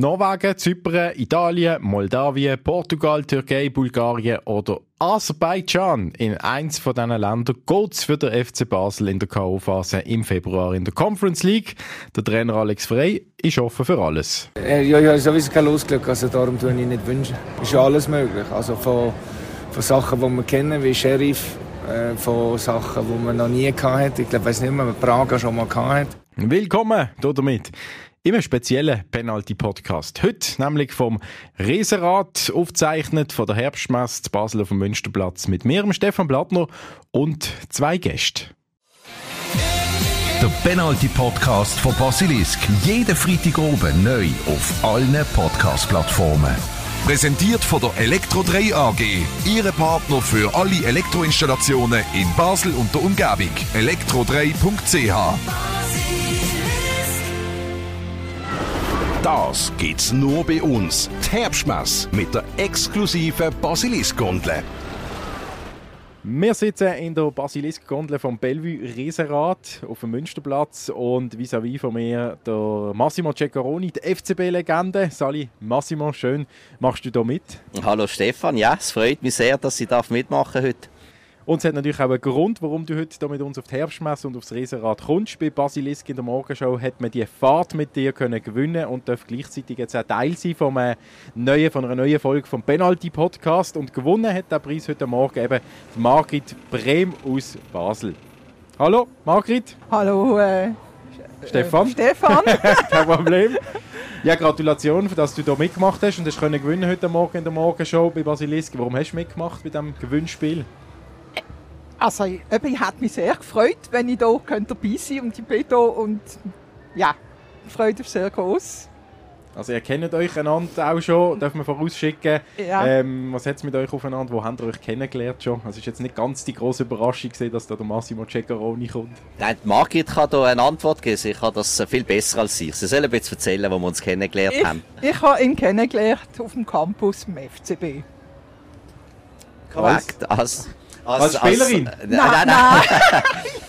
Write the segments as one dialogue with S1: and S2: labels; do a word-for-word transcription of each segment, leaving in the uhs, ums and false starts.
S1: Norwegen, Zypern, Italien, Moldawien, Portugal, Türkei, Bulgarien oder Aserbaidschan. In eins von diesen Ländern geht es für den F C Basel in der K O-Phase im Februar in der Conference League. Der Trainer Alex Frey ist offen für alles.
S2: Äh, ja, ja, sowieso kein Losglück, also darum tue ich nicht wünschen. Es ist ja alles möglich, also von, von Sachen, die wir kennen, wie Sheriff, äh, von Sachen, die man noch nie hatte. Ich glaube, ich weiß nicht mehr, ob man Praga schon mal hatte.
S1: Willkommen hier damit. Im speziellen Penalty-Podcast. Heute nämlich vom Riesenrad, aufgezeichnet von der Herbstmesse Basel auf dem Münsterplatz mit mir, Stefan Blattner und zwei Gästen.
S3: Der Penalty-Podcast von Basilisk. Jeden Freitag oben neu auf allen Podcast-Plattformen.
S4: Präsentiert von der Elektro drei A G. Ihre Partner für alle Elektroinstallationen in Basel und der Umgebung. elektro drei punkt c h.
S3: Das gibt's nur bei uns. Die Herbstmesse mit der exklusiven Basilisk-Gondel.
S1: Wir sitzen in der Basilisk-Gondel vom Bellevue Riesenrad auf dem Münsterplatz und vis-à-vis von mir der Massimo Ceccaroni, die F C B-Legende. Sali, Massimo, schön, machst du da mit?
S5: Hallo Stefan, ja, es freut mich sehr, dass ich mitmachen darf heute.
S1: Und es hat natürlich auch einen Grund, warum du heute hier mit uns auf die Herbstmesse und aufs Riesenrad kommst. Bei Basilisk in der Morgenshow hat man die Fahrt mit dir können gewinnen und darf gleichzeitig jetzt auch Teil sein von einer neuen, von einer neuen Folge vom Penalty-Podcast. Und gewonnen hat der Preis heute Morgen eben die Margrit Brehm aus Basel. Hallo, Margrit.
S6: Hallo, äh,
S1: Stefan.
S6: Äh, Stefan.
S1: Kein Problem. Ja, Gratulation, dass du hier mitgemacht hast und hast können gewinnen heute Morgen in der Morgenshow bei Basilisk. Warum hast du mitgemacht bei diesem Gewinnspiel?
S6: Also, ich, ich hätte mich sehr gefreut, wenn ich hier dabei sein könnte und ich bin hier und ja, die Freude ist sehr groß.
S1: Also ihr kennt euch einander auch schon, darf man vorausschicken.
S6: Ja.
S1: Ähm, was hat es mit euch aufeinander? Wo habt ihr euch kennengelernt schon? Also es ist jetzt nicht ganz die grosse Überraschung gewesen, dass da der Massimo Ceccaroni kommt.
S5: Nein, die Margit kann hier eine Antwort geben. Ich habe das viel besser als ich. Sie sollen jetzt erzählen, wo wir uns kennengelernt
S6: ich,
S5: haben.
S6: Ich habe ihn kennengelernt auf dem Campus im F C B.
S5: Korrekt. Als,
S1: als, als Spielerin?
S5: Als, nein, nein, nein.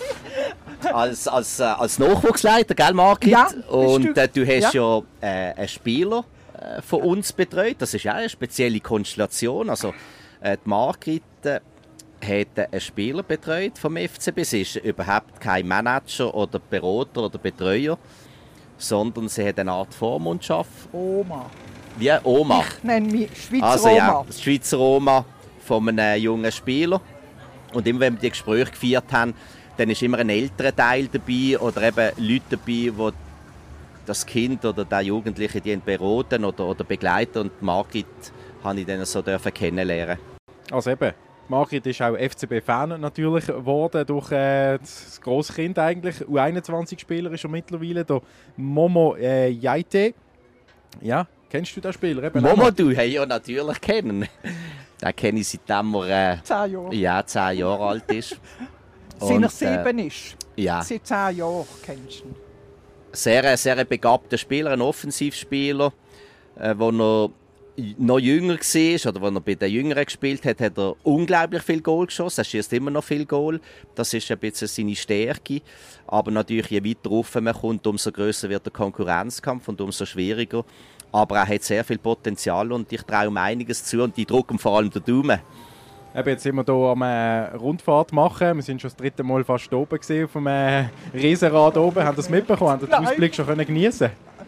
S5: als, als, äh, als Nachwuchsleiter, gell Margit?
S6: Ja,
S5: und äh, du hast
S6: ja,
S5: ja äh, einen Spieler äh, von uns betreut. Das ist auch eine spezielle Konstellation. Also äh, die Margit äh, hat einen Spieler betreut vom F C B. Sie ist überhaupt kein Manager oder Berater oder Betreuer, sondern sie hat eine Art Vormundschaft.
S6: Oma.
S5: Wie Oma?
S6: Ich nenne mich Schweizer
S5: also,
S6: Oma.
S5: Ja, die Schweizer Oma von einem jungen Spieler. Und immer wenn wir die Gespräche geführt haben, dann ist immer ein älterer Teil dabei oder eben Leute dabei, die das Kind oder der Jugendliche die beraten oder, oder begleiten. Und Margit habe ich dann so dürfen kennenlernen.
S1: Also eben, Margit ist auch F C B-Fan natürlich geworden durch äh, das Grosskind eigentlich. U einundzwanzig-Spieler ist er mittlerweile, der Momo äh, Yaite. Ja, kennst du den Spieler? Eben
S5: Momo, du, hey, ja natürlich kennen. Den kenne ich seitdem er äh,
S6: zehn Jahre.
S5: Ja, zehn Jahre alt ist.
S6: Seit er sieben äh, ist.
S5: Ja.
S6: Seit zehn Jahren kennst du ihn.
S5: Sehr, sehr begabter Spieler, ein Offensivspieler. Äh, wo er noch jünger war oder als er bei den Jüngeren gespielt hat, hat er unglaublich viel Goal geschossen. Er schießt immer noch viel Goal. Das ist ein bisschen seine Stärke. Aber natürlich, je weiter rauf man kommt, umso grösser wird der Konkurrenzkampf und umso schwieriger. Aber er hat sehr viel Potenzial und ich traue ihm einiges zu und die drücken vor allem den Daumen.
S1: Eben, jetzt sind wir hier am äh, Rundfahrt machen. Wir sind schon das dritte Mal fast oben gewesen, auf dem äh, Riesenrad oben. Haben das mitbekommen? Haben den Ausblick schon können geniessen?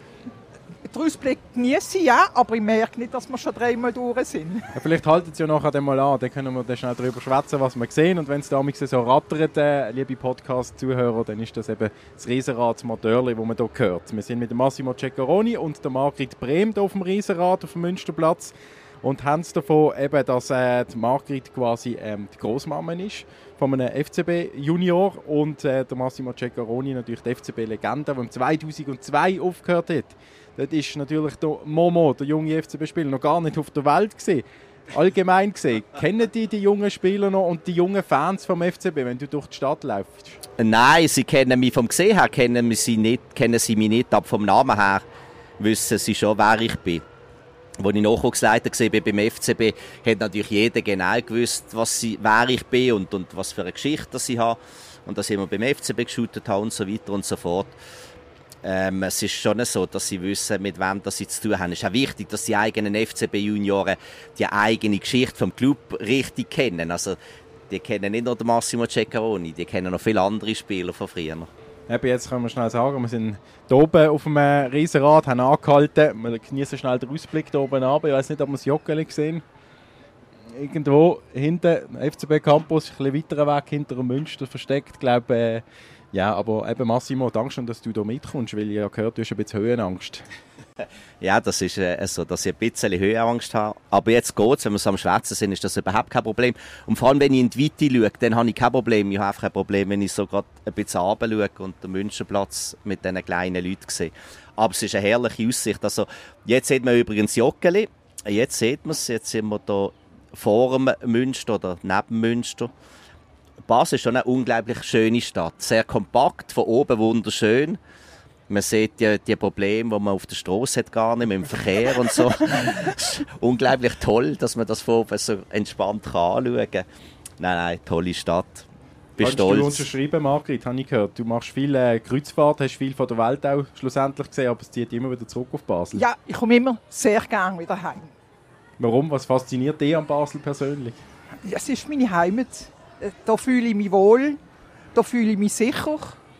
S6: Den Ausblick genieße ich, ja, aber ich merke nicht, dass wir schon dreimal durch sind.
S1: Ja, vielleicht halten Sie ja nachher mal an, dann können wir dann schnell darüber schwätzen, was wir sehen. Und wenn es da so rattert, äh, liebe Podcast-Zuhörer, dann ist das eben das Riesenrad, das Motörli, das man hier hört. Wir sind mit dem Massimo Ceccaroni und der Margrit Brehm hier auf dem Riesenrad auf dem Münsterplatz und haben es davon, eben, dass äh, die Margrit quasi ähm, die Grossmama ist von einem F C B-Junior und äh, der Massimo Ceccaroni natürlich die F C B-Legende, die im zweitausendzwei aufgehört hat. Dort ist natürlich der Momo, der junge F C B-Spieler, noch gar nicht auf der Welt gewesen. Allgemein gesehen, kennen die die jungen Spieler noch und die jungen Fans vom F C B, wenn du durch die Stadt läufst?
S5: Nein, sie kennen mich vom Gesehen her, kennen sie, nicht, kennen sie mich nicht, aber vom Namen her wissen sie schon, wer ich bin. Als ich Nachwuchsleiter war beim F C B, hat natürlich jeder genau gewusst, was sie, wer ich bin und, und was für eine Geschichte ich habe. Und dass ich immer beim F C B geshootet habe und so weiter und so fort. Ähm, es ist schon so, dass sie wissen, mit wem das sie zu tun haben. Es ist auch wichtig, dass die eigenen F C B-Junioren die eigene Geschichte vom Club richtig kennen. Also, die kennen nicht nur den Massimo Ceccaroni, die kennen noch viele andere Spieler von früher.
S1: Eben jetzt können wir schnell sagen, wir sind hier oben auf einem Riesenrad, haben angehalten. Wir genießen schnell den Ausblick hier oben runter. Ich weiß nicht, ob wir das Joggeli sehen. Irgendwo hinten, F C B Campus, ein bisschen weiterer Weg hinter dem Münster versteckt, glaube äh, ja, aber eben Massimo, danke schön, dass du hier mitkommst, weil ich ja gehört, du hast ein bisschen Höhenangst.
S5: Ja, das ist äh, so, dass ich ein bisschen Höhenangst habe. Aber jetzt geht es, wenn wir so am Schwätzen sind, ist das überhaupt kein Problem. Und vor allem, wenn ich in die Weite schaue, dann habe ich kein Problem. Ich habe einfach ein Problem, wenn ich so gerade ein bisschen runter schaue und den Münsterplatz mit diesen kleinen Leuten sehe. Aber es ist eine herrliche Aussicht. Also, jetzt sieht man übrigens Joggeli. Jetzt sieht man es. Jetzt sind wir hier vor dem Münster oder neben Münster. Basel ist schon eine unglaublich schöne Stadt. Sehr kompakt, von oben wunderschön. Man sieht ja die Probleme, die man auf der Straße hat, gar nicht, mit dem Verkehr und so. Es ist unglaublich toll, dass man das von oben so entspannt kann anschauen kann. Nein, nein, tolle Stadt. Bin
S1: Kannst
S5: stolz.
S1: du unterschreiben, Margrit, habe ich gehört. Du machst viele Kreuzfahrt, hast viel von der Welt auch schlussendlich gesehen, aber es zieht immer wieder zurück auf Basel.
S6: Ja, ich komme immer sehr gerne wieder heim.
S1: Warum? Was fasziniert dich an Basel persönlich?
S6: Ja, es ist meine Heimat. Da fühle ich mich wohl, da fühle ich mich sicher.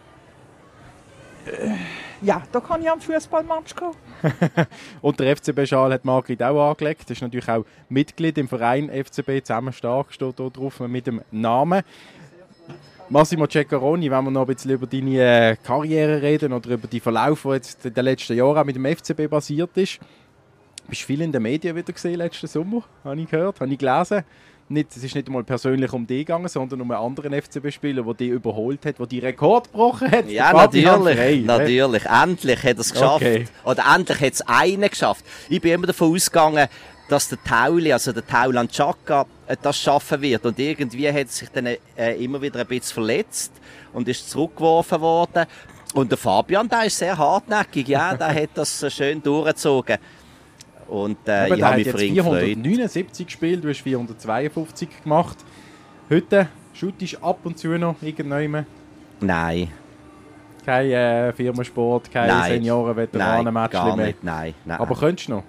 S6: Ja, da kann ich am Fußballmatch gehen.
S1: Und der F C B-Schal hat Margrit auch angelegt. Das ist natürlich auch Mitglied im Verein F C B zusammen stark, steht hier drauf mit dem Namen. Massimo Ceccaroni, wenn wir noch ein bisschen über deine Karriere reden oder über den Verlauf, der jetzt in den letzten Jahren auch mit dem F C B basiert ist. Du bist viel in den Medien wieder gesehen letzten Sommer, habe ich gehört, habe ich gelesen. Nicht, es ist nicht einmal persönlich um dich gegangen, sondern um einen anderen F C B-Spieler, der dich überholt hat, der die Rekord gebrochen hat.
S5: Ja, natürlich, Frey, natürlich. Ne? Endlich hat er es geschafft. Okay. Oder endlich hat es einen geschafft. Ich bin immer davon ausgegangen, dass der Tauli, also der Tauland Chaka, das schaffen wird. Und irgendwie hat er sich dann äh, immer wieder ein bisschen verletzt und ist zurückgeworfen worden. Und der Fabian, der ist sehr hartnäckig, ja, der hat das schön durchgezogen. Und äh, ich habe mich für ihn gefreut.
S1: vierhundertneunundsiebzig gespielt, du hast vierhundertzweiundfünfzig gemacht. Heute shootest du ab und zu noch irgendjemand?
S5: Nein.
S1: Kein äh, Firmensport, kein Senioren-Veteranen-Match
S5: mehr?
S1: Nein,
S5: nicht, nein, nein.
S1: Aber könntest du noch?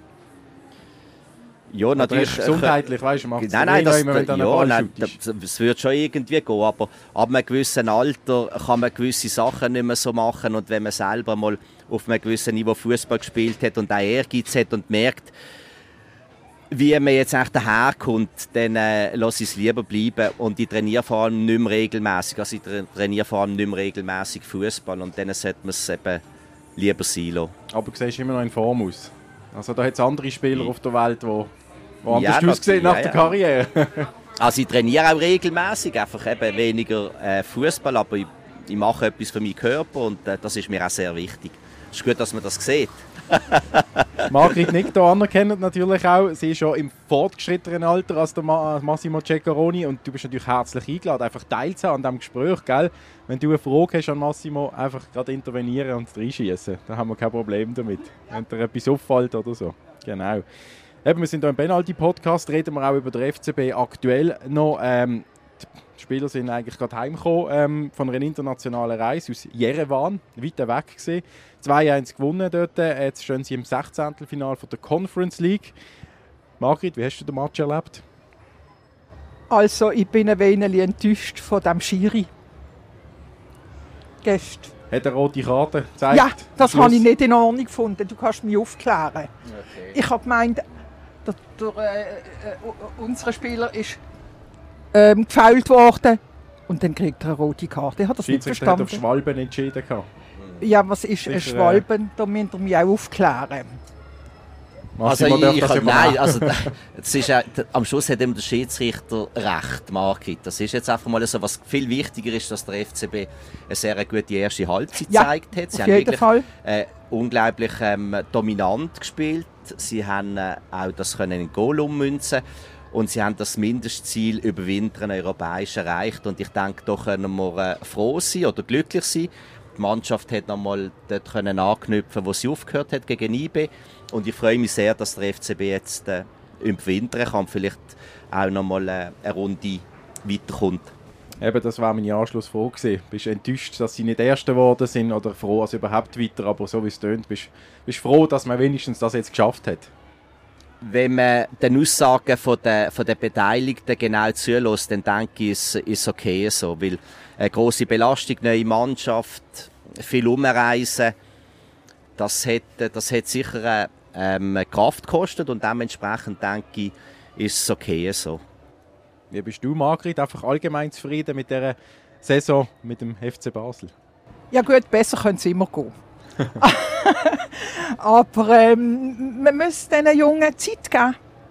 S5: Ja, natürlich.
S1: Gesundheitlich, weißt du, macht es
S5: nein, nein, das,
S1: immer, wenn
S5: da, ja, nein, das, das wird schon irgendwie gehen, aber ab einem gewissen Alter kann man gewisse Sachen nicht mehr so machen und wenn man selber mal auf einem gewissen Niveau Fußball gespielt hat und auch Ehrgeiz hat und merkt, wie man jetzt echt daherkommt, dann äh, lasse ich es lieber bleiben und ich trainiere vor allem nicht mehr regelmässig, also ich trainiere vor allem nicht mehr regelmässig Fußball und dann sollte man es eben lieber sein lassen.
S1: Aber du siehst immer noch in Form aus. Also da hat es andere Spieler
S5: ja.
S1: auf der Welt, die, die anders
S5: ja,
S1: aussehen nach ja, der Karriere.
S5: Also ich trainiere auch regelmäßig, einfach eben weniger äh, Fußball, aber ich, ich mache etwas für meinen Körper und äh, das ist mir auch sehr wichtig. Es ist gut, dass man das sieht.
S1: Margrit Nick hier anerkennt natürlich auch, sie ist schon im fortgeschrittenen Alter als der Ma- Massimo Ceccaroni und du bist natürlich herzlich eingeladen, einfach teilzuhaben an diesem Gespräch, gell? Wenn du eine Frage hast an Massimo, einfach gerade intervenieren und reinschießen. Da haben wir kein Problem damit, wenn dir etwas auffällt oder so. Genau. Eben, wir sind hier im Penalty-Podcast, reden wir auch über den F C B aktuell noch. Ähm, die Spieler sind eigentlich gerade heimgekommen ähm, von einer internationalen Reise aus Jerewan, weit weg gesehen. zwei eins gewonnen dort, jetzt stehen sie im Sechzehntelfinale der Conference League. Margrit, wie hast du den Match erlebt?
S6: Also, ich bin ein wenig enttäuscht von dem Schiri. Gestern.
S1: Hat er rote Karte gezeigt?
S6: Ja, das habe ich nicht in Ordnung gefunden. Du kannst mich aufklären. Okay. Ich habe gemeint, der, der, äh, äh, unser Spieler ist ähm, gefoult worden und dann kriegt er eine rote Karte. Ich habe das nicht verstanden.
S1: Hat auf Schwalben entschieden.
S6: Ja, was ist ein Schwalben? Da müsst ihr mich auch aufklären.
S5: Also ich, ich kann, nein, also das ist ja, am Schluss hat eben der Schiedsrichter recht, Margrit. Das ist jetzt einfach mal so, was viel wichtiger ist, dass der F C B eine sehr gute erste Halbzeit
S6: ja,
S5: gezeigt hat. Sie
S6: auf
S5: haben
S6: jeden
S5: wirklich
S6: Fall.
S5: Äh, unglaublich ähm, dominant gespielt. Sie haben äh, auch das können in Goal ummünzen und sie haben das Mindestziel Überwintern europäisch erreicht. Und ich denke, da können wir äh, froh sein oder glücklich sein. Die Mannschaft hat nochmal dort können anknüpfen, wo sie aufgehört hat gegen I B. Und ich freue mich sehr, dass der F C B jetzt äh, überwintern kann, vielleicht auch nochmal äh, eine Runde weiterkommt.
S1: Eben, das war meine Anschlussfrage gewesen. Bist du enttäuscht, dass sie nicht Erste geworden sind oder froh, dass überhaupt weiter, aber so wie es tönt, bist du froh, dass man wenigstens das jetzt geschafft hat?
S5: Wenn man den Aussagen von der, von der Beteiligten genau zulässt, dann denke ich, ist es okay so, weil eine grosse Belastung, neue Mannschaft, viel Umreisen, das hat, das hat sicher ähm, Kraft gekostet und dementsprechend denke ich, ist es okay so.
S1: Wie bist du, Margrit, einfach allgemein zufrieden mit dieser Saison mit dem F C Basel?
S6: Ja gut, besser können sie immer gehen. Aber ähm, man muss diesen Jungen Zeit geben.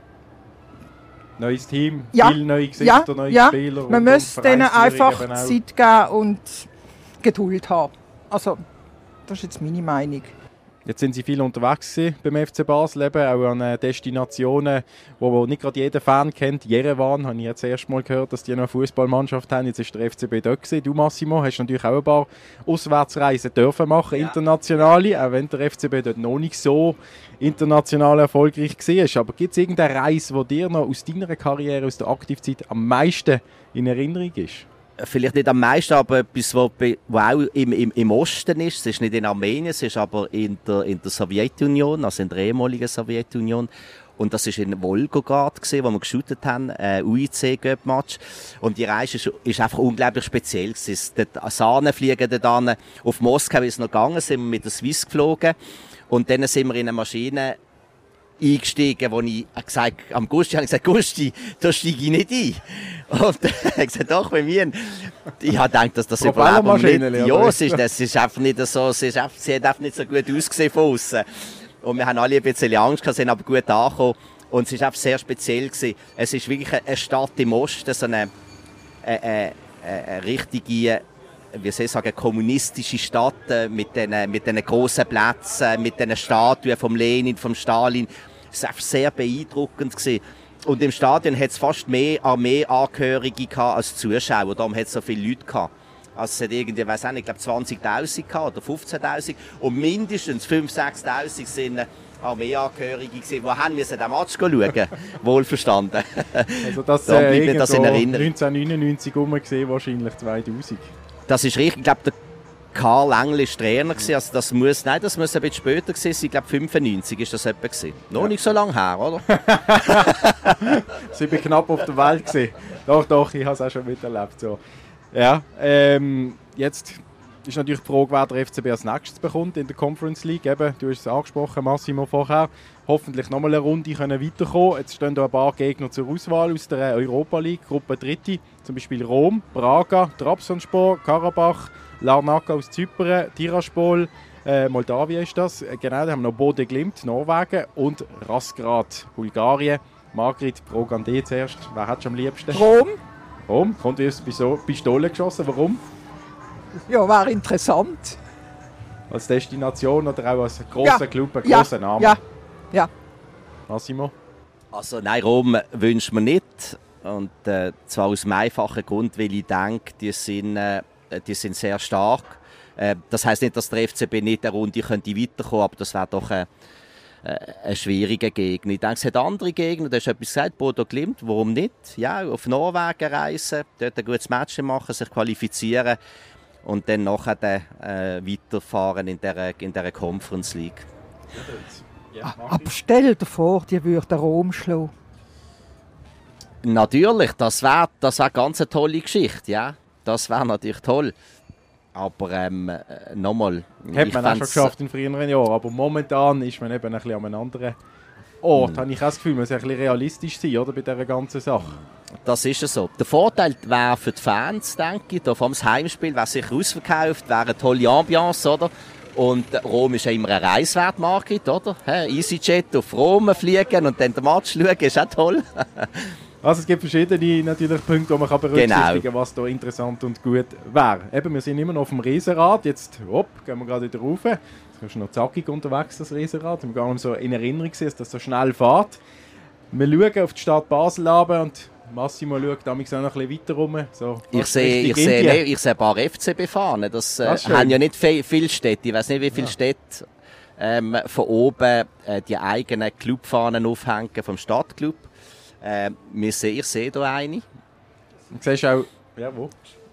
S1: Neues Team,
S6: Ja.
S1: viele neue Gesichter,
S6: Ja,
S1: neue
S6: ja.
S1: Spieler.
S6: Man
S1: und-
S6: muss
S1: und
S6: denen
S1: Vereinsführung
S6: einfach
S1: eben auch.
S6: Zeit geben und Geduld haben. Also, das ist jetzt meine Meinung.
S1: Jetzt sind sie viel unterwegs gewesen beim F C Basel, eben, auch an äh, Destinationen, wo, wo nicht gerade jeder Fan kennt. Jerewan, habe ich jetzt erst mal gehört, dass die noch eine Fußballmannschaft haben. Jetzt ist der F C B dort gewesen. Du, Massimo, hast natürlich auch ein paar Auswärtsreisen dürfen machen, ja. Internationale, auch wenn der F C B dort noch nicht so international erfolgreich war. Aber gibt es irgendeine Reise, die dir noch aus deiner Karriere, aus der Aktivzeit am meisten in Erinnerung ist?
S5: Vielleicht nicht am meisten, aber etwas, was auch im, im, im Osten ist. Es ist nicht in Armenien, es ist aber in der, in der Sowjetunion, also in der ehemaligen Sowjetunion. Und das war in Wolgograd, wo wir geshootet haben, ein U I C-Göpp-Match. Und die Reise ist, ist einfach unglaublich speziell. Es ist Sahne fliegen dann auf Moskau, wie es noch gegangen sind wir mit der Swiss geflogen. Und dann sind wir in eine Maschine eingestiegen, wo ich gesagt am Gusti, habe ich gesagt, Gusti, da steige ich nicht ein. Und er hat gesagt, doch, bei mir. Ich habe gedacht, dass das überhaupt nicht. Ja, es ist, das ist einfach nicht so, es ist einfach, sie hat einfach nicht so gut ausgesehen von außen. Und wir haben alle ein bisschen Angst gehabt, sind aber gut angekommen. Und es war einfach sehr speziell gewesen. Es ist wirklich eine Stadt im Osten, so eine, eine, eine, eine richtige, wie soll ich sagen, kommunistische Stadt mit diesen mit den grossen Plätzen, mit den Statuen vom Lenin, vom Stalin. Es war einfach sehr beeindruckend gewesen. Und im Stadion hat es fast mehr Armeeangehörige als Zuschauer. Darum hat es so viele Leute gehabt. Also es hat irgendwie, ich weiss auch nicht, ich glaube zwanzigtausend oder fünfzehntausend. Und mindestens fünftausend, sechstausend sind Armeeangehörige gewesen. Wo haben wir den Match schauen? Wohlverstanden.
S1: Also das,
S5: da
S1: äh,
S5: bleibt mir das in Erinnerung.
S1: neunzehnhundertneunundneunzig rum gesehen, wahrscheinlich zweitausend.
S5: Das ist richtig. Ich glaube, der Karl Engel war Trainer. Also das muss, nein, das muss ein bisschen später gewesen sein. Ich glaube, fünfundneunzig war das etwa gewesen. Noch ja. Nicht so lange her, oder?
S1: Ich bin knapp auf der Welt gewesen. Doch, doch, ich habe es auch schon miterlebt. So. Ja, ähm, jetzt ist natürlich die Frage, wer der F C B als nächstes bekommt in der Conference League. Eben, du hast es angesprochen, Massimo, vorher. Hoffentlich nochmal eine Runde können weiterkommen. Jetzt stehen da ein paar Gegner zur Auswahl aus der Europa League, Gruppe Dritte. Zum Beispiel Rom, Braga, Trabzonspor, Karabach, Larnaca aus Zypern, Tiraspol, äh, Moldawien ist das. Äh, genau, da haben wir noch Bode Glimt, Norwegen und Razgrad, Bulgarien. Margrit, Frage an dich zuerst. Wer hat schon am liebsten?
S6: Rom.
S1: Rom? Kommt wie aus Pistole geschossen. Warum?
S6: Ja, wäre interessant.
S1: Als Destination oder auch als grosser
S6: ja.
S1: Club, ein
S6: ja.
S1: grosser Name?
S6: Ja. Ja.
S1: Massimo?
S5: Also nein, Rom wünscht man nicht. Und äh, zwar aus einem einfachen Grund, weil ich denke, die sind, äh, die sind sehr stark. Äh, das heisst nicht, dass der F C B nicht eine Runde könnte weiterkommen, aber das wäre doch ein äh, ein schwieriger Gegner. Ich denke, es hat andere Gegner, du hast etwas gesagt, Bodo Glimt, warum nicht? Ja, auf Norwegen reisen, dort ein gutes Match machen, sich qualifizieren und dann nachher äh, weiterfahren in dieser, in dieser Conference League.
S6: Ja, aber stell dir vor, die würden Rom schlagen.
S5: Natürlich, das wäre das wär ganz eine tolle Geschichte, ja. Das wäre natürlich toll. Aber ähm, nochmal.
S1: Hat man auch schon geschafft in früheren Jahren, aber momentan ist man eben ein bisschen an einem anderen Ort. Hm. Habe ich auch das Gefühl, man muss ein bisschen realistisch sein, oder, bei dieser ganzen Sache.
S5: Das ist es so. Der Vorteil wäre für die Fans, denke ich, da vor allem das Heimspiel wäre sicher ausverkauft, wäre eine tolle Ambiance, oder? Und Rom ist ja immer ein Reiswert, Margit, oder? He, EasyJet auf Rom fliegen und dann den Match schauen, ist auch toll.
S1: Also es gibt verschiedene natürlich Punkte, die man kann berücksichtigen kann,
S5: genau.
S1: was da interessant und gut wäre. Eben, wir sind immer noch auf dem Riesenrad. Jetzt hopp, gehen wir gerade wieder rauf. Jetzt ist noch zackig unterwegs, das Riesenrad. Wir haben gar nicht so in Erinnerung gesehen, dass das so schnell fährt. Wir schauen auf die Stadt Basel runter und Massimo schaut damals auch noch ein bisschen weiter rum. So,
S5: ich sehe ich seh, nee, ich seh ein paar F C B-Fahnen. Das, äh, das haben ja nicht viel, viele Städte. Ich weiß nicht, wie viele ja. Städte ähm, von oben äh, die eigenen Clubfahnen aufhängen vom Stadtclub. Äh, wir seh, ich sehe hier eine.
S1: Du siehst auch, ja, wo?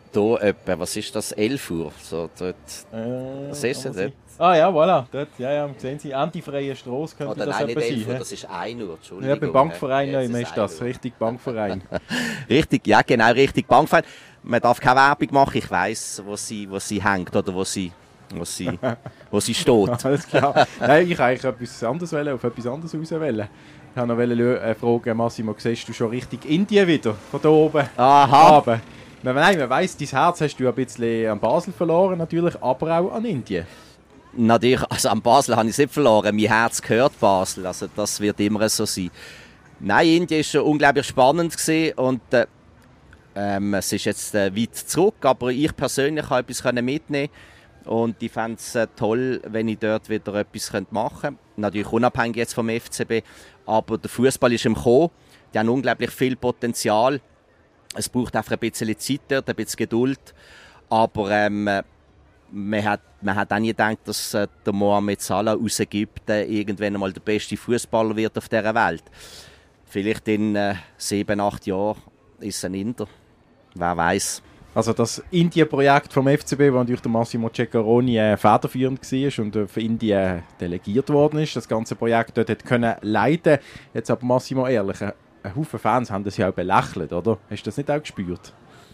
S5: Hier etwa, was ist das, elf Uhr? So, dort.
S1: Äh,
S5: was ist das dort?
S1: Ah ja, voilà, dort, ja, ja, sehen Sie, antifreie Strasse könnte
S5: Oder
S1: das
S5: nein,
S1: etwa
S5: nicht
S1: sein.
S5: elf Uhr,
S1: he?
S5: das ist ein Uhr, Entschuldigung.
S1: Ja, beim Bankverein
S5: ja,
S1: ja, ist das, richtig Bankverein.
S5: Richtig, ja genau, richtig Bankverein. Man darf keine Werbung machen, ich weiss, wo sie, wo sie hängt oder wo sie, wo sie, wo sie steht.
S1: Alles klar. Nein, ich wollte etwas anderes wollen, auf etwas anderes auswählen. Ich wollte noch äh, fragen, Massimo, siehst du schon richtig Indien wieder, von da oben?
S5: Aha.
S1: Runter? Nein, man weiss, dein Herz hast du ein bisschen an Basel verloren, natürlich, aber auch an Indien.
S5: Natürlich, also an Basel habe ich es nicht verloren. Mein Herz gehört Basel, also das wird immer so sein. Nein, Indien war schon unglaublich spannend gewesen und äh, ähm, es ist jetzt äh, weit zurück, aber ich persönlich konnte etwas mitnehmen und ich fände es äh, toll, wenn ich dort wieder etwas machen könnte. Natürlich unabhängig jetzt vom F C B, aber der Fußball ist im Kommen, die haben unglaublich viel Potenzial. Es braucht einfach ein bisschen Zeit dort, ein bisschen Geduld, aber ähm, man hat, man hat auch nie gedacht, dass äh, der Mohamed Salah aus Ägypten irgendwann einmal der beste Fußballer wird auf dieser Welt. Vielleicht in äh, sieben, acht Jahren ist es ein Inder. Wer weiß.
S1: Also das Indien-Projekt vom F C B, wo natürlich der Massimo Ceccaroni äh, federführend war und äh, für Indien delegiert worden ist, das ganze Projekt dort hat können leiten. Jetzt aber Massimo ehrlich, ein, ein Haufen Fans haben das ja auch belächelt, oder? Hast du das nicht auch gespürt?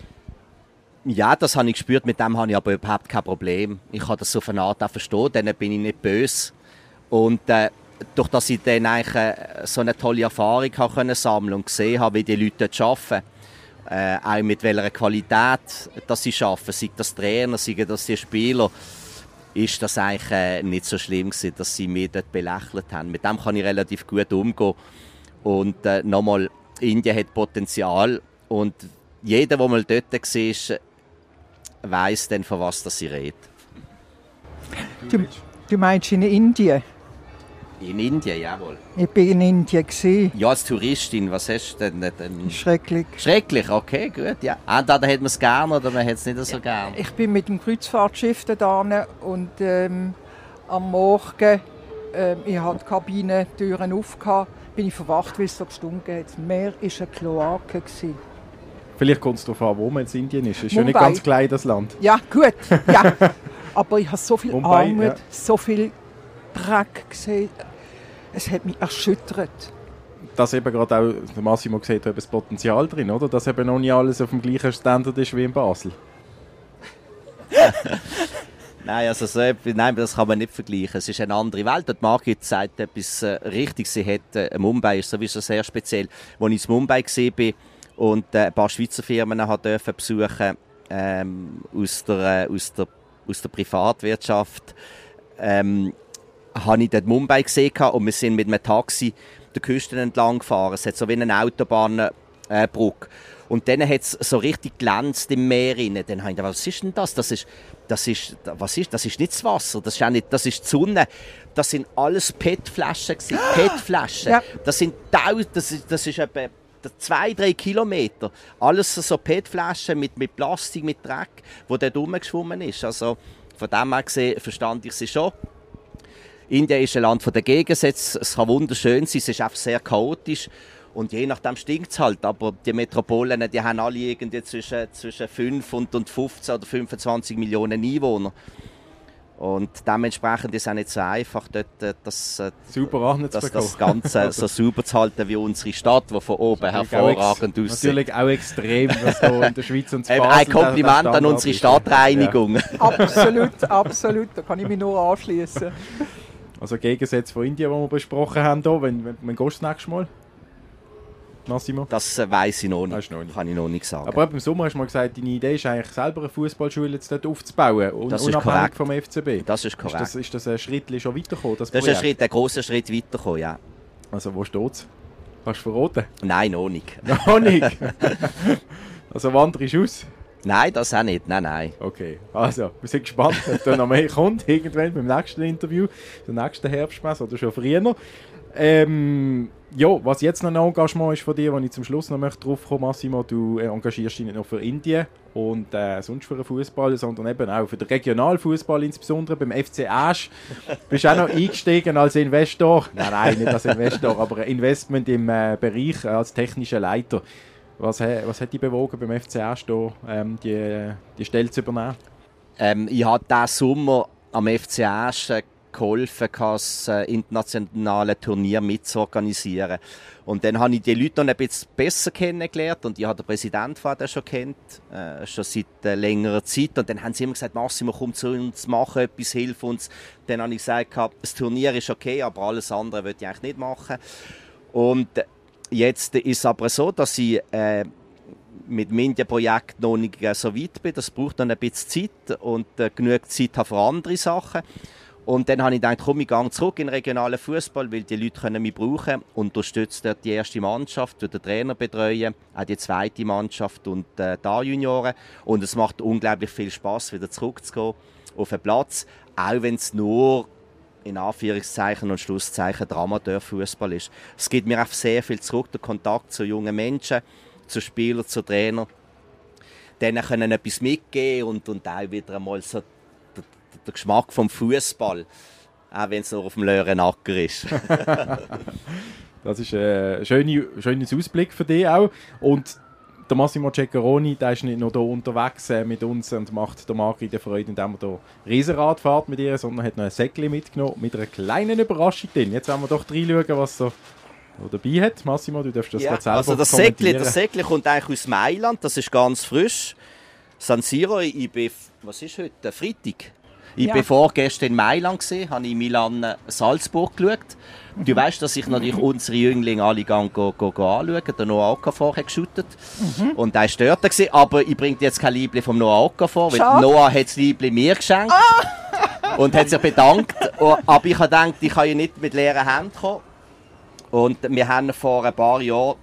S5: Ja, das habe ich gespürt, mit dem habe ich aber überhaupt kein Problem. Ich kann das so auf eine Art auch verstehen, dann bin ich nicht böse. Und äh, durch dass ich dann eigentlich äh, so eine tolle Erfahrung habe können sammeln und gesehen habe, wie die Leute dort arbeiten, äh, auch mit welcher Qualität dass sie arbeiten, sei das Trainer, sei das die Spieler, ist das eigentlich äh, nicht so schlimm gewesen, dass sie mich dort belächelt haben. Mit dem kann ich relativ gut umgehen. Und äh, nochmal, Indien hat Potenzial und jeder, der mal dort war, weiss dann, von was sie redet.
S6: Du, du meinst in Indien?
S5: In Indien, jawohl.
S6: Ich bin in Indien gewesen.
S5: Ja, als Touristin, was hast du denn? denn?
S6: Schrecklich.
S5: Schrecklich, okay, gut, ja. Entweder hat man es gerne oder man hat es nicht so gerne.
S6: Ich bin mit dem Kreuzfahrtschiff da und ähm, am Morgen, ähm, ich hatte die Kabinentüren aufgehabt, bin ich verwacht, weil es so gestunken hat. Das Meer war eine Kloake.
S1: Vielleicht kommt es darauf an, wo man in Indien ist. Es ist
S6: Mumbai.
S1: ja nicht ganz klein, das Land.
S6: Ja, gut. Ja. Aber ich habe so viel
S1: Mumbai,
S6: Armut,
S1: ja.
S6: so viel Dreck gesehen. Es hat mich erschüttert.
S1: Dass eben gerade auch der Massimo gesagt hat, das Potenzial drin, oder? Dass eben noch nicht alles auf dem gleichen Standard ist wie in Basel.
S5: Nein, also so, nein, das kann man nicht vergleichen. Es ist eine andere Welt. Die Margit sagt etwas äh, richtig. Sie hat, äh, Mumbai ist sowieso sehr speziell. Als ich in Mumbai war und äh, ein paar Schweizer Firmen durfte besuchen ähm, aus, der, äh, aus, der, aus der Privatwirtschaft, ähm, habe ich dort Mumbai gesehen und wir sind mit einem Taxi die Küste entlang gefahren. Es hat so wie eine Autobahnbrücke. Äh, und dann hat es so richtig glänzt im Meer rein. Dann habe ich gedacht, was ist denn das? Das ist, das ist, was ist, das ist nicht das Wasser, das ist, auch nicht, das ist die Sonne. Das sind alles P E T-Flaschen gewesen. P E T-Flaschen. Ja. Das sind tausend, das ist, das ist etwa zwei, drei Kilometer. Alles so P E T-Flaschen mit, mit Plastik, mit Dreck, wo dort rumgeschwommen ist. Also von dem her gesehen verstand ich sie schon. Indien ist ein Land der Gegensätze. Es kann wunderschön sein, es ist einfach sehr chaotisch. Und je nachdem stinkt es halt. Aber die Metropolen, die haben alle irgendwie zwischen, zwischen fünf und fünfzehn oder fünfundzwanzig Millionen Einwohner. Und dementsprechend ist es auch nicht so einfach, dort, das,
S1: super
S5: das, das Ganze so sauber zu halten wie unsere Stadt, die von oben hervorragend aussieht.
S1: Natürlich auch extrem, was hier in der Schweiz und in Basel
S5: ein Kompliment an unsere Stadtreinigung.
S6: Ja. Absolut, absolut. Da kann ich mich nur anschließen.
S1: Also Gegensätze von Indien, die wir besprochen haben, hier. Wenn, wenn, wenn gehst du das nächste Mal? Massimo?
S5: Das äh, weiss ich noch nicht.
S1: noch nicht.
S5: Kann ich noch nicht sagen.
S1: Aber im Sommer hast du mal gesagt, deine Idee ist eigentlich selber eine Fußballschule jetzt dort aufzubauen, un-
S5: das
S1: unabhängig vom F C B.
S5: Das ist korrekt.
S1: Ist das, ist das ein Schritt schon weitergekommen? Das,
S5: das ist ein, Schritt, ein grosser Schritt weitergekommen, ja.
S1: Also wo steht es? Hast du verraten?
S5: Nein, noch nicht.
S1: Noch nicht? Also wanderst du aus?
S5: Nein, das auch nicht. Nein, nein.
S1: Okay, also wir sind gespannt, ob da noch mehr kommt, irgendwann beim nächsten Interview, der nächsten Herbstmesse oder schon früher. Ähm, ja, was jetzt noch ein Engagement ist von dir, wo ich zum Schluss noch möchte drauf kommen, Massimo, du engagierst dich nicht nur für Indien und äh, sonst für den Fußball, sondern eben auch für den Regionalfußball, insbesondere beim F C Asch. Bist auch noch eingestiegen als Investor, nein, nein, nicht als Investor, aber ein Investment im äh, Bereich äh, als technischer Leiter. Was, was hat dich bewogen, beim F C Asch da, ähm, die, die Stelle zu übernehmen?
S5: Ähm, ich habe diesen Sommer am F C Asch geholfen, das äh, internationale Turnier mitzuorganisieren. Und dann habe ich die Leute noch ein bisschen besser kennengelernt und ich habe den Präsidenten von denen schon kennt, äh, schon seit äh, längerer Zeit. Und dann haben sie immer gesagt, Massimo, komm zu uns, mach etwas, hilf uns. Dann habe ich gesagt, das Turnier ist okay, aber alles andere würde ich eigentlich nicht machen. Und jetzt ist es aber so, dass ich äh, mit dem Indien-Projekt noch nicht so weit bin. Das braucht dann ein bisschen Zeit und äh, genug Zeit habe für andere Sachen. Und dann habe ich gedacht, komm, ich gehe zurück in den regionalen Fußball, weil die Leute können mich brauchen. Unterstütze dort die erste Mannschaft, den Trainer betreuen, auch die zweite Mannschaft und äh, die A-Junioren. Und es macht unglaublich viel Spass, wieder zurückzugehen auf den Platz, auch wenn es nur in Anführungszeichen und Schlusszeichen der Amateurfußball ist. Es gibt mir auch sehr viel zurück, der Kontakt zu jungen Menschen, zu Spielern, zu Trainern. Denen können etwas mitgeben und, und auch wieder einmal so der Geschmack vom Fußball, auch wenn es nur auf dem leeren Acker ist.
S1: Das ist ein schöner, schöner Ausblick für dich auch. Und der Massimo Ceccaroni, der ist nicht nur hier unterwegs äh, mit uns und macht der Margrit Freude, indem er hier Riesenrad fährt mit ihr, sondern hat noch ein Säckchen mitgenommen mit einer kleinen Überraschung drin. Jetzt wollen wir doch reinschauen, was so dabei hat. Massimo, du darfst das ja, gerade selber
S5: also das Säckchen, das Säckchen kommt eigentlich aus Mailand, das ist ganz frisch. San Siro, ich bin, was ist heute? Freitag. Ich war ja. vorgestern in Mailand, gewesen, habe in Milan Salzburg geschaut. Mhm. Du weißt, dass ich natürlich unsere Jünglinge alle go, go, go, go anschauen. Der Noah Okafor hat geshootet. Mhm. Und der war dort. Gewesen. Aber ich bringe jetzt kein Liebling vom Noah Okafor, weil Schade. Noah hat das Liebling mir geschenkt. Ah. Und hat sich bedankt. Aber ich habe gedacht, ich kann ja nicht mit leeren Händen kommen. Und wir haben vor ein paar Jahren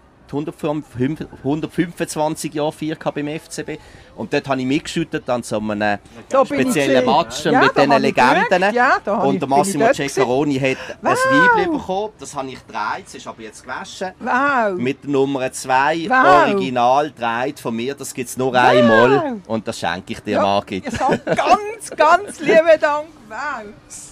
S5: hundertfünfundzwanzig Jahre vier beim F C B. Und dort habe ich mitgeschüttet an so einem da speziellen Match ja, mit diesen Legenden. Ja, und der Massimo Ceccaroni hat wow. ein Liebling bekommen. Das habe ich gedreht, das ist aber jetzt gewaschen. Wow. Mit der Nummer zwei, wow. original gedreht von mir. Das gibt es nur wow. einmal. Und das schenke ich dir, ja, Margit.
S6: Ich sage ganz, ganz lieben Dank. Wow.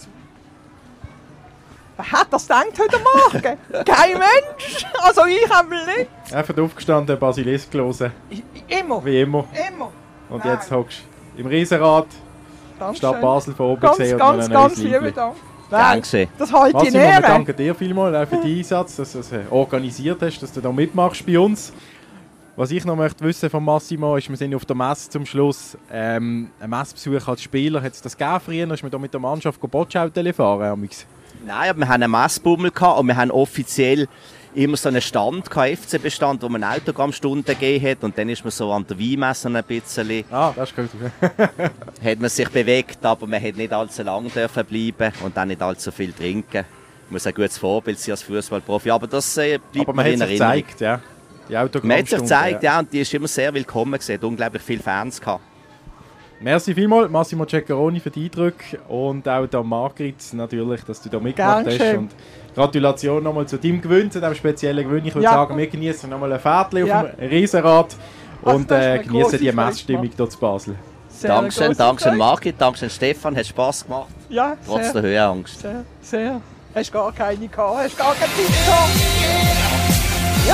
S6: Wer hat das gedacht heute Morgen? Kein Mensch! Also ich habe nicht.
S1: Einfach aufgestanden, Basilisk hören.
S6: Immer.
S1: Wie immer.
S6: Immer.
S1: Und Nein. jetzt hockst du im Riesenrad, Stadt Basel von oben
S6: ganz,
S1: gesehen und
S6: ganz, ganz lieben Dank.
S5: Danke.
S6: Das halte ich
S1: näher.
S6: Wir
S1: danken dir vielmals auch für deinen Einsatz, dass du es organisiert hast, dass du da mitmachst bei uns. Was ich noch möchte wissen von Massimo ist, wir sind auf der Messe zum Schluss. Ähm, ein Messbesuch als Spieler, hat es das gegeben früher? Ist man da mit der Mannschaft Botschautel fahren?
S5: Nein, aber wir hatten einen Messbummel und wir haben offiziell immer so einen Stand, K F C-Bestand, wo man Autogrammstunden gegeben hat. Und dann ist man so an der Weinmesse ein bisschen.
S1: Ah, das ist gut.
S5: Hat man sich bewegt, aber man hat nicht allzu lange dürfen bleiben und dann nicht allzu viel trinken. Man muss ein gutes Vorbild sein als Fußballprofi. Aber das äh, bleibt
S1: aber man
S5: mir in
S1: Erinnerung. Man hat sich gezeigt, ja. Die
S5: man hat sich gezeigt, ja. ja. Und die ist immer sehr willkommen gewesen. Hat unglaublich viele Fans gehabt.
S1: Merci vielmals, Massimo Ceccaroni, für die Eindrücke und auch der Margrit natürlich, dass du da mitgemacht hast. Und Gratulation nochmal zu deinem Gewinn, zu diesem speziellen Gewinn. Ich würde ja. sagen, wir genießen nochmal ein Pferdchen ja. auf dem Riesenrad und äh, genießen die Messstimmung hier zu Basel.
S5: Sehr Dankeschön, Dankeschön Margrit, Dankeschön Stefan, hat Spass gemacht.
S6: Ja,
S5: trotz sehr, der Höhenangst.
S6: Sehr, sehr. Hast gar keine gehabt, hast gar keine Zeit gehabt. Ja!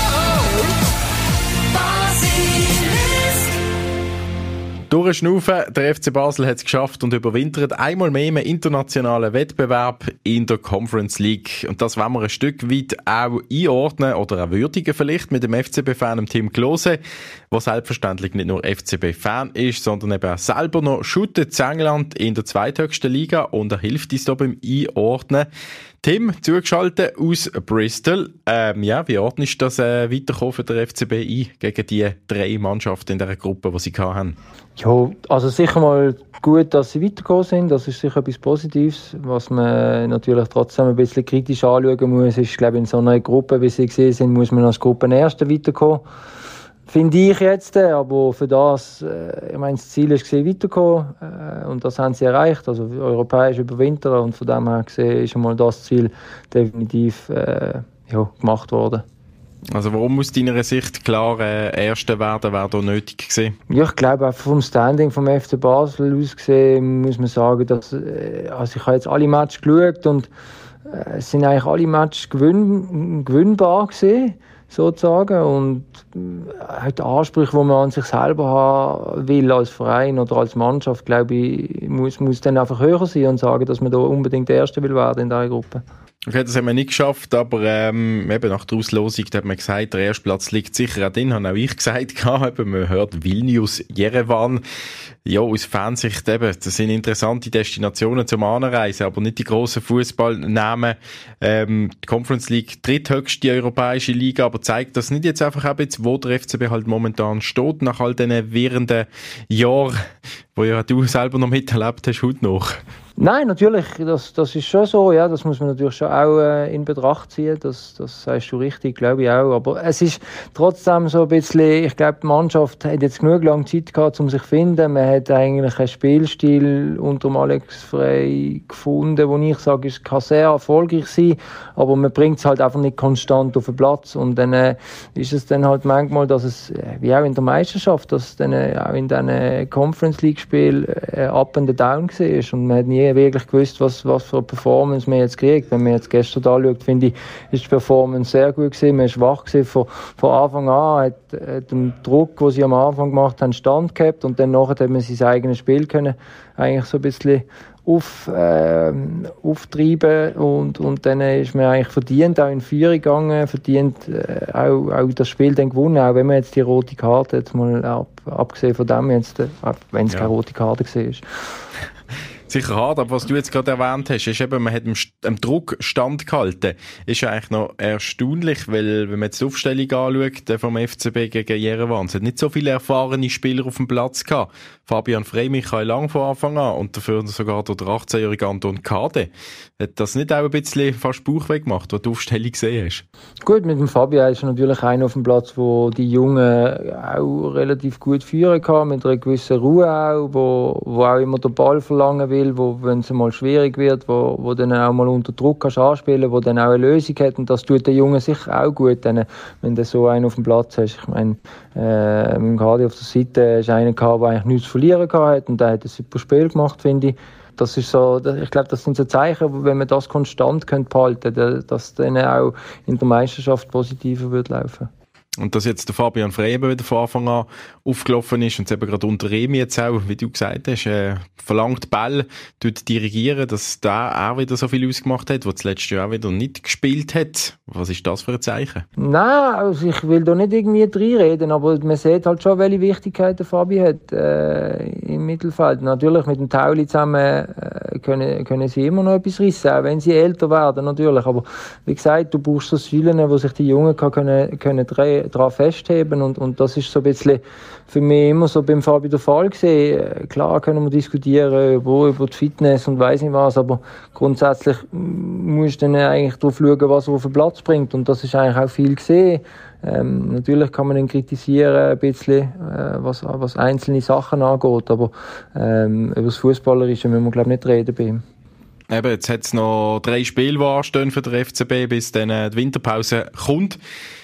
S1: Durchschnaufen, der F C Basel hat es geschafft und überwintert einmal mehr im internationalen Wettbewerb in der Conference League. Und das wollen wir ein Stück weit auch einordnen oder auch würdigen vielleicht mit dem F C B-Fan Tim Klose, der selbstverständlich nicht nur F C B-Fan ist, sondern eben auch selber noch shootet in England in der zweithöchsten Liga und er hilft uns da beim Einordnen. Tim, zugeschaltet aus Bristol. Ähm, ja, wie ordnest du das äh, Weiterkommen für den F C B ein gegen die drei Mannschaften in dieser Gruppe, die sie hatten?
S7: Ja, also sicher mal gut, dass sie weitergekommen sind. Das ist sicher etwas Positives. Was man natürlich trotzdem ein bisschen kritisch anschauen muss, ist, glaube ich, in so einer Gruppe, wie sie gesehen sind, muss man als Gruppenerster weiterkommen. Finde ich jetzt, aber für das, äh, ich meine, das Ziel ist gesehen, weiterkommen äh, und das haben sie erreicht, also europäisch überwintern und von dem her gesehen ist einmal das Ziel definitiv äh, ja, gemacht worden.
S1: Also warum aus deiner Sicht klar äh, Erster werden, wäre da nötig gewesen?
S7: Ja, ich glaube einfach vom Standing vom F C Basel aus gesehen, muss man sagen, dass äh, also ich habe jetzt alle Matches geschaut und äh, es sind eigentlich alle Matches gewinn, gewinnbar gewesen. sozusagen. Und auch die Ansprüche, die man an sich selber haben will als Verein oder als Mannschaft, glaube ich, muss, muss dann einfach höher sein und sagen, dass man da unbedingt der Erste will werden in dieser Gruppe.
S1: Okay, das haben wir nicht geschafft, aber ähm, eben nach der Auslosung da hat man gesagt, der erste Platz liegt sicher auch drin, habe auch ich gesagt, eben, man hört Vilnius, Jerewan. Ja, aus Fansicht eben, das sind interessante Destinationen zum Anreisen, aber nicht die grossen Fußballnamen. Ähm, die Conference League, dritthöchste europäische Liga, aber zeigt das nicht jetzt einfach auch jetzt, wo der F C B halt momentan steht, nach all diesen währenden Jahren, wo ja du selber noch miterlebt hast, heute noch?
S7: Nein, natürlich, das, das ist schon so, ja, das muss man natürlich schon auch äh, in Betracht ziehen, das, das sagst du richtig, glaube ich auch, aber es ist trotzdem so ein bisschen, ich glaube, die Mannschaft hat jetzt genug lange Zeit gehabt, um sich zu finden, man hat eigentlich einen Spielstil unter dem Alex Frey gefunden, wo ich sage, es kann sehr erfolgreich sein, aber man bringt es halt einfach nicht konstant auf den Platz und dann äh, ist es dann halt manchmal, dass es, wie auch in der Meisterschaft, dass es dann äh, auch in diesen Conference League Spielen äh, up and down war und man hat nie wirklich gewusst, was, was für eine Performance man jetzt kriegt. Wenn man jetzt gestern da schaut, finde ich, ist die Performance sehr gut gewesen. Man ist wach gewesen von, von Anfang an, hat, hat den Druck, den sie am Anfang gemacht haben, stand gehabt und dann nachher hat man sein eigenes Spiel können eigentlich so ein bisschen auf, äh, auftreiben und, und dann ist man eigentlich verdient auch in Führung gegangen, verdient äh, auch, auch das Spiel dann gewonnen, auch wenn man jetzt die rote Karte jetzt mal ab, abgesehen von dem jetzt, äh, wenn es ja keine rote Karte war.
S1: Sicher hart, aber was du jetzt gerade erwähnt hast, ist eben, man hat dem, dem Druck standgehalten. Ist ja eigentlich noch erstaunlich, weil, wenn man jetzt die Aufstellung anschaut, vom F C B gegen Jerewan, es hat nicht so viele erfahrene Spieler auf dem Platz gehabt. Fabian Frey, Michael Lang von Anfang an und dafür sogar der achtzehnjährige Anton Kade. Hat das nicht auch ein bisschen fast Bauchweh gemacht, was du die Aufstellung gesehen hast?
S7: Gut, mit dem Fabian ist natürlich einer auf dem Platz, wo die Jungen auch relativ gut führen kann, mit einer gewissen Ruhe auch, wo, wo auch immer den Ball verlangen will, wo, wenn es mal schwierig wird, wo, wo dann auch mal unter Druck kannst anspielen, wo dann auch eine Lösung hat und das tut den Jungen sicher auch gut, dann, wenn du so einen auf dem Platz hast. Ich meine, äh, mit dem Kade auf der Seite ist einer gehabt, der eigentlich nichts zu verlieren hatte und der hat ein super Spiel gemacht, finde ich. Das ist so, ich glaube, das sind so Zeichen, wenn man das konstant behalten könnte, dass dann auch in der Meisterschaft positiver wird laufen.
S1: Und dass jetzt der Fabian Frey eben wieder von Anfang an aufgelaufen ist und es eben gerade unter ihm jetzt auch, wie du gesagt hast, äh, verlangt Ball, tut dirigieren, dass der auch wieder so viel ausgemacht hat, was das letzte Jahr auch wieder nicht gespielt hat. Was ist das für ein Zeichen?
S7: Nein, also ich will da nicht irgendwie reinreden, aber man sieht halt schon, welche Wichtigkeit der Fabi hat äh, im Mittelfeld. Natürlich mit dem Tauli zusammen äh, können, können sie immer noch etwas rissen, auch wenn sie älter werden natürlich. Aber wie gesagt, du brauchst so Säulen, wo sich die Jungen können, können drehen, daran festheben und, und das ist so ein bisschen für mich immer so beim Fabi der Fall gewesen. Klar können wir diskutieren über, über die Fitness und weiss nicht was, aber grundsätzlich musst du dann eigentlich darauf schauen, was er auf den Platz bringt und das ist eigentlich auch viel gesehen. Ähm, natürlich kann man ihn kritisieren ein bisschen, äh, was, was einzelne Sachen angeht, aber ähm, über das Fußballerische müssen wir glaube ich nicht reden bei ihm.
S1: Eben, jetzt hat es noch drei Spiele, die anstehen für den F C B, bis dann die Winterpause kommt.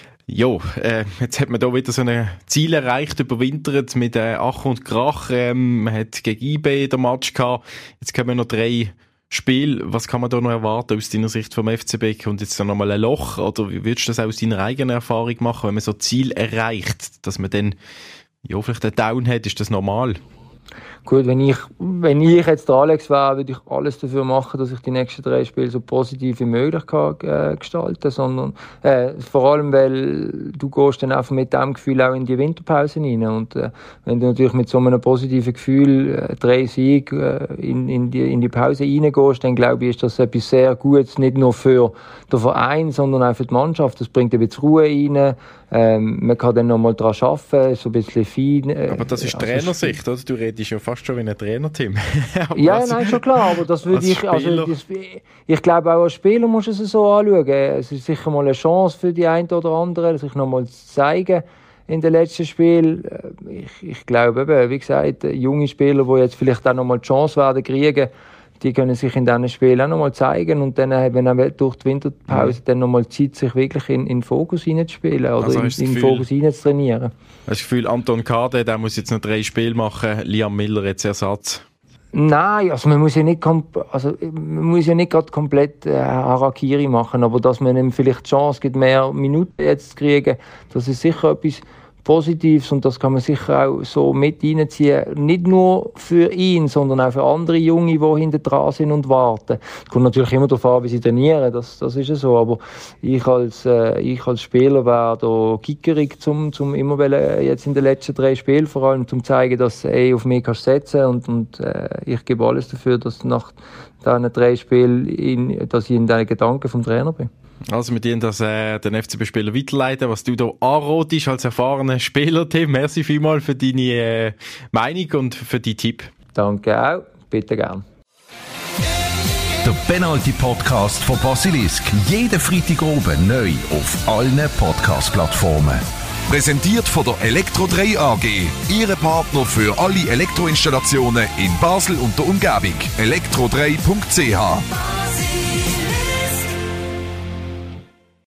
S1: Jo, äh, jetzt hat man da wieder so ein Ziel erreicht, überwintert mit äh, Ach und Krach. Ähm, man hat gegen I B den Match gehabt. Jetzt kommen noch drei Spiele. Was kann man da noch erwarten aus deiner Sicht vom F C B? Und jetzt da nochmal ein Loch? Oder wie würdest du das auch aus deiner eigenen Erfahrung machen, wenn man so ein Ziel erreicht, dass man dann ja, vielleicht einen Down hat? Ist das normal?
S7: Gut, wenn ich, wenn ich jetzt der Alex wäre, würde ich alles dafür machen, dass ich die nächsten drei Spiele so positiv wie möglich kann, äh, gestalten sondern äh, vor allem, weil du gehst dann einfach mit dem Gefühl auch in die Winterpause rein und äh, wenn du natürlich mit so einem positiven Gefühl äh, drei Siege äh, in, in, die, in die Pause reingehst, dann glaube ich, ist das etwas sehr Gutes, nicht nur für den Verein, sondern auch für die Mannschaft. Das bringt ein bisschen Ruhe rein. Ähm, man kann dann noch mal daran arbeiten, so ein bisschen fein. Äh,
S1: aber das ist
S7: also
S1: Trainersicht, oder? Du redest ja fast schon wie ein Trainerteam.
S7: Ja, als, nein, schon klar, aber das würde ich, also, das, ich glaube auch als Spieler musst du es so anschauen. Es ist sicher mal eine Chance für die einen oder anderen, sich noch mal zu zeigen in den letzten Spielen. Ich, ich glaube eben, wie gesagt, junge Spieler, die jetzt vielleicht auch noch mal die Chance werden kriegen, die können sich in diesen Spielen auch noch mal zeigen und dann haben wir durch die Winterpause mhm. dann noch mal Zeit, sich wirklich in den Fokus hineinzuspielen oder also in, in den Fokus hineinzutrainieren.
S1: Hast du das Gefühl, Anton Kade, der muss jetzt noch drei Spiele machen, Liam Miller jetzt Ersatz?
S7: Nein, also man muss ja nicht, also man muss ja nicht gerade komplett äh, Harakiri machen, aber dass man ihm vielleicht die Chance gibt, mehr Minuten jetzt zu kriegen, das ist sicher etwas Positives und das kann man sicher auch so mit reinziehen. Nicht nur für ihn, sondern auch für andere Junge, die hinter dran sind und warten. Es kommt natürlich immer darauf an, wie sie trainieren, das, das ist ja so. Aber ich als, äh, ich als Spieler wäre da kickerig, zum, zum immer wollen, jetzt in den letzten drei Spielen vor allem, um zu zeigen, dass du auf mich kannst setzen und, und äh, ich gebe alles dafür, dass nach diesen drei Spielen, in, dass ich in den Gedanken vom Trainer bin.
S1: Also mit Ihnen das äh, den F C B-Spieler weiterleiten, was du da anrotest als erfahrener Spieler, Tim. Merci vielmals für deine äh, Meinung und für deinen Tipp.
S7: Danke auch, bitte gern.
S3: Der Penalty-Podcast von Basilisk. Jeden Freitag oben neu auf allen Podcast-Plattformen. Präsentiert von der Elektro drei A G. Ihre Partner für alle Elektroinstallationen in Basel und der Umgebung. elektro drei punkt c h